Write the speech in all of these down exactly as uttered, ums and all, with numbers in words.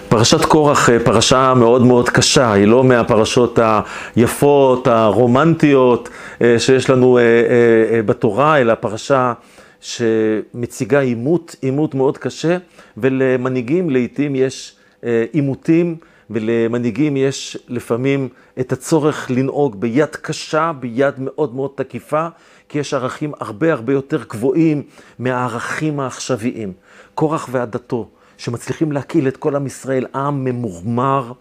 פרשת קורח, פרשה מאוד מאוד קשה, היא לא מהפרשות היפות, הרומנטיות שיש לנו בתורה, אלא פרשה שמציגה עימות, עימות מאוד קשה, ולמנהיגים לעתים יש עימותים, ולמנהיגים יש לפעמים את הצורך לנהוג ביד קשה, ביד מאוד מאוד תקיפה, כי יש ערכים הרבה הרבה יותר גבוהים מהערכים העכשוויים. קורח ועדתו, שמצליחים להקיל את כל עם ישראל, עם ממורמר,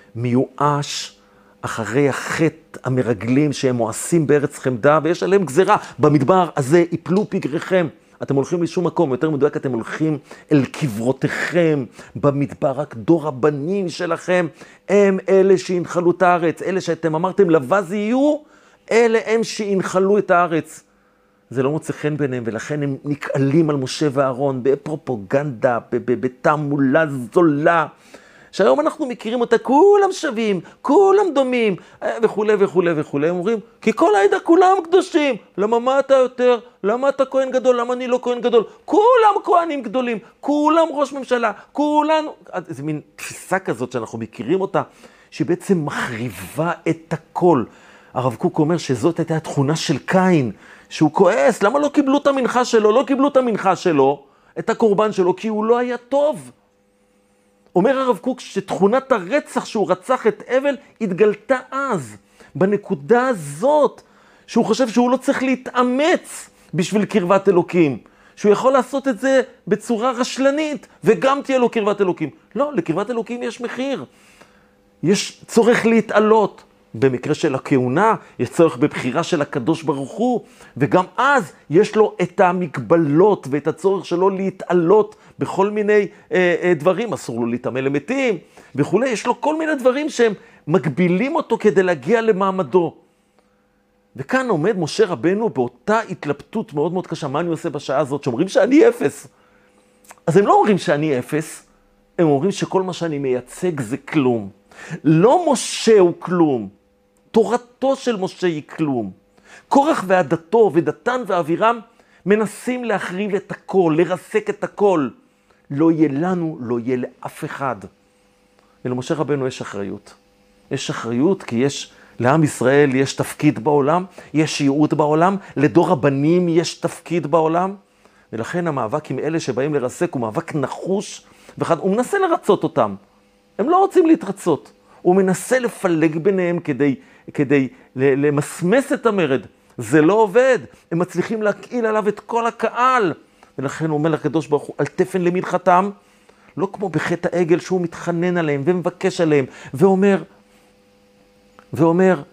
מיואש, אחרי החטא המרגלים שהם מואסים בארץ חמדה, ויש עליהם גזרה, במדבר הזה יפלו פגריכם. אתם הולכים לשום מקום, יותר מדויק, אתם הולכים אל קברותיכם, במדבר, רק דור הבנים שלכם, הם אלה שינחלו את הארץ, אלה שאתם אמרתם לבז יהיו, אלה הם שינחלו את הארץ. זה לא מוצא חן ביניהם, ולכן הם נקעלים על משה ואהרון, בפרופוגנדה, בתעמולה זולה, שהיום אנחנו מכירים אותה, כולם שווים, כולם דומים, וכו' וכו' וכו'. הם אומרים, כי כל העדה כולם קדושים, למה מה אתה יותר? למה אתה כהן גדול? למה אני לא כהן גדול? כולם כהנים גדולים, כולם ראש ממשלה, כולם... זה מין תפיסה כזאת שאנחנו מכירים אותה, שהיא בעצם מחריבה את הכל. הרב קוק אומר שזאת הייתה התכונה של קין, שהוא כועס, למה לא קיבלו את המנחה שלו? לא קיבלו את המנחה שלו, את הקורבן שלו, כי הוא לא היה טוב. אומר הרב קוק שתכונת הרצח שהוא רצח את אבל התגלתה אז, בנקודה הזאת, שהוא חושב שהוא לא צריך להתאמץ בשביל קרבת אלוקים, שהוא יכול לעשות את זה בצורה רשלנית, וגם תהיה לו קרבת אלוקים. לא, לקרבת אלוקים יש מחיר, יש צורך להתעלות. במקרה של הכהונה, יש צורך בבחירה של הקדוש ברוך הוא, וגם אז יש לו את המגבלות ואת הצורך שלו להתעלות בכל מיני אה, אה, דברים, אסור לו להתאמן למתים וכו'. יש לו כל מיני דברים שהם מגבילים אותו כדי להגיע למעמדו. וכאן עומד משה רבנו באותה התלבטות מאוד מאוד קשה, מה אני עושה בשעה הזאת? שאומרים שאני אפס. אז הם לא אומרים שאני אפס, הם אומרים שכל מה שאני מייצג זה כלום. לא משה הוא כלום. תורתו של משה היא כלום. קורח ועדתו ודתן ואבירם מנסים להחריב את הכל, לרסק את הכל. לא יהיה לנו, לא יהיה לאף אחד. ולמשה רבנו יש אחריות. יש אחריות כי יש, לעם ישראל יש תפקיד בעולם, יש ייעוד בעולם, לדור הבנים יש תפקיד בעולם, ולכן המאבק עם אלה שבאים לרסק הוא מאבק נחוש, ואחד, הוא מנסה לרצות אותם. הם לא רוצים להתרצות. הוא מנסה לפלג ביניהם כדי, כדי למסמס את המרד. זה לא עובד. הם מצליחים להקהיל עליו את כל הקהל. ולכן הוא אומר לקדוש ברוך הוא, על תפן למנחתם, לא כמו בחטא העגל שהוא מתחנן עליהם ומבקש עליהם, ואומר, ואומר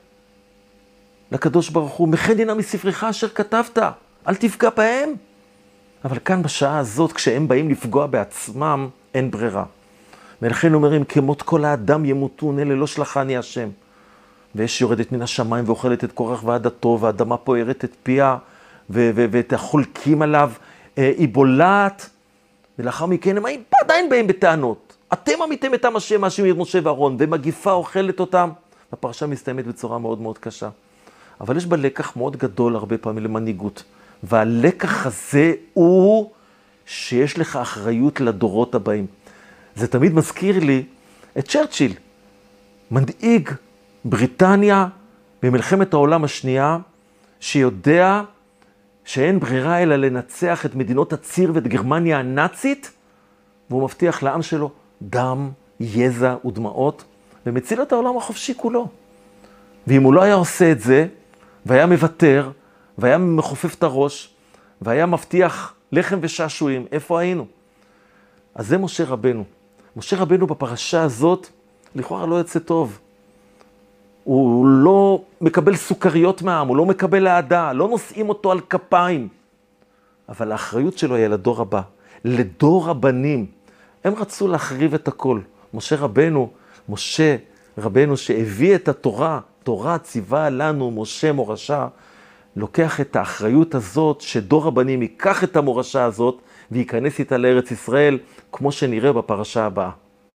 לקדוש ברוך הוא, מחן דינם מספרך אשר כתבת, אל תפגע בהם. אבל כאן בשעה הזאת, כשהם באים לפגוע בעצמם, אין ברירה. ולכן אומרים, כמות כל האדם ימותון, אלה לא שלחני השם. ואש יורדת מן השמיים ואוכלת את קורח ועדתו, והאדמה פוערת את פיה, ו- ו- ואת החולקים עליו, אה, היא בולעת. ולאחר מכן הם עדיין באים בטענות. אתם עמיתם את עם השם, מאשימים את משה ואהרון, ומגיפה אוכלת אותם. הפרשה מסתיימת בצורה מאוד מאוד קשה. אבל יש בה לקח מאוד גדול הרבה פעמים למנהיגות. והלקח הזה הוא שיש לך אחריות לדורות הבאים. זה תמיד מזכיר לי את צ'רצ'יל, מנהיג בריטניה במלחמת העולם השנייה, שיודע שאין ברירה אלא לנצח את מדינות הציר ואת גרמניה הנאצית, והוא מבטיח לעם שלו דם, יזע ודמעות, ומציל את העולם החופשי כולו. ואם הוא לא היה עושה את זה, והיה מוותר, והיה מחופף את הראש, והיה מבטיח לחם ושעשועים, איפה היינו? אז זה משה רבנו. משה רבנו בפרשה הזאת, לכאורה לא יוצא טוב. הוא לא מקבל סוכריות מהעם, הוא לא מקבל אהדה, לא נושאים אותו על כפיים. אבל האחריות שלו היא לדור הבא, לדור הבנים. הם רצו להחריב את הכל. משה רבנו, משה רבנו שהביא את התורה, תורה ציווה לנו, משה מורשה, לוקח את האחריות הזאת, שדור הבנים ייקח את המורשה הזאת, וייכנס איתה לארץ ישראל, כמו שנראה בפרשה הבאה.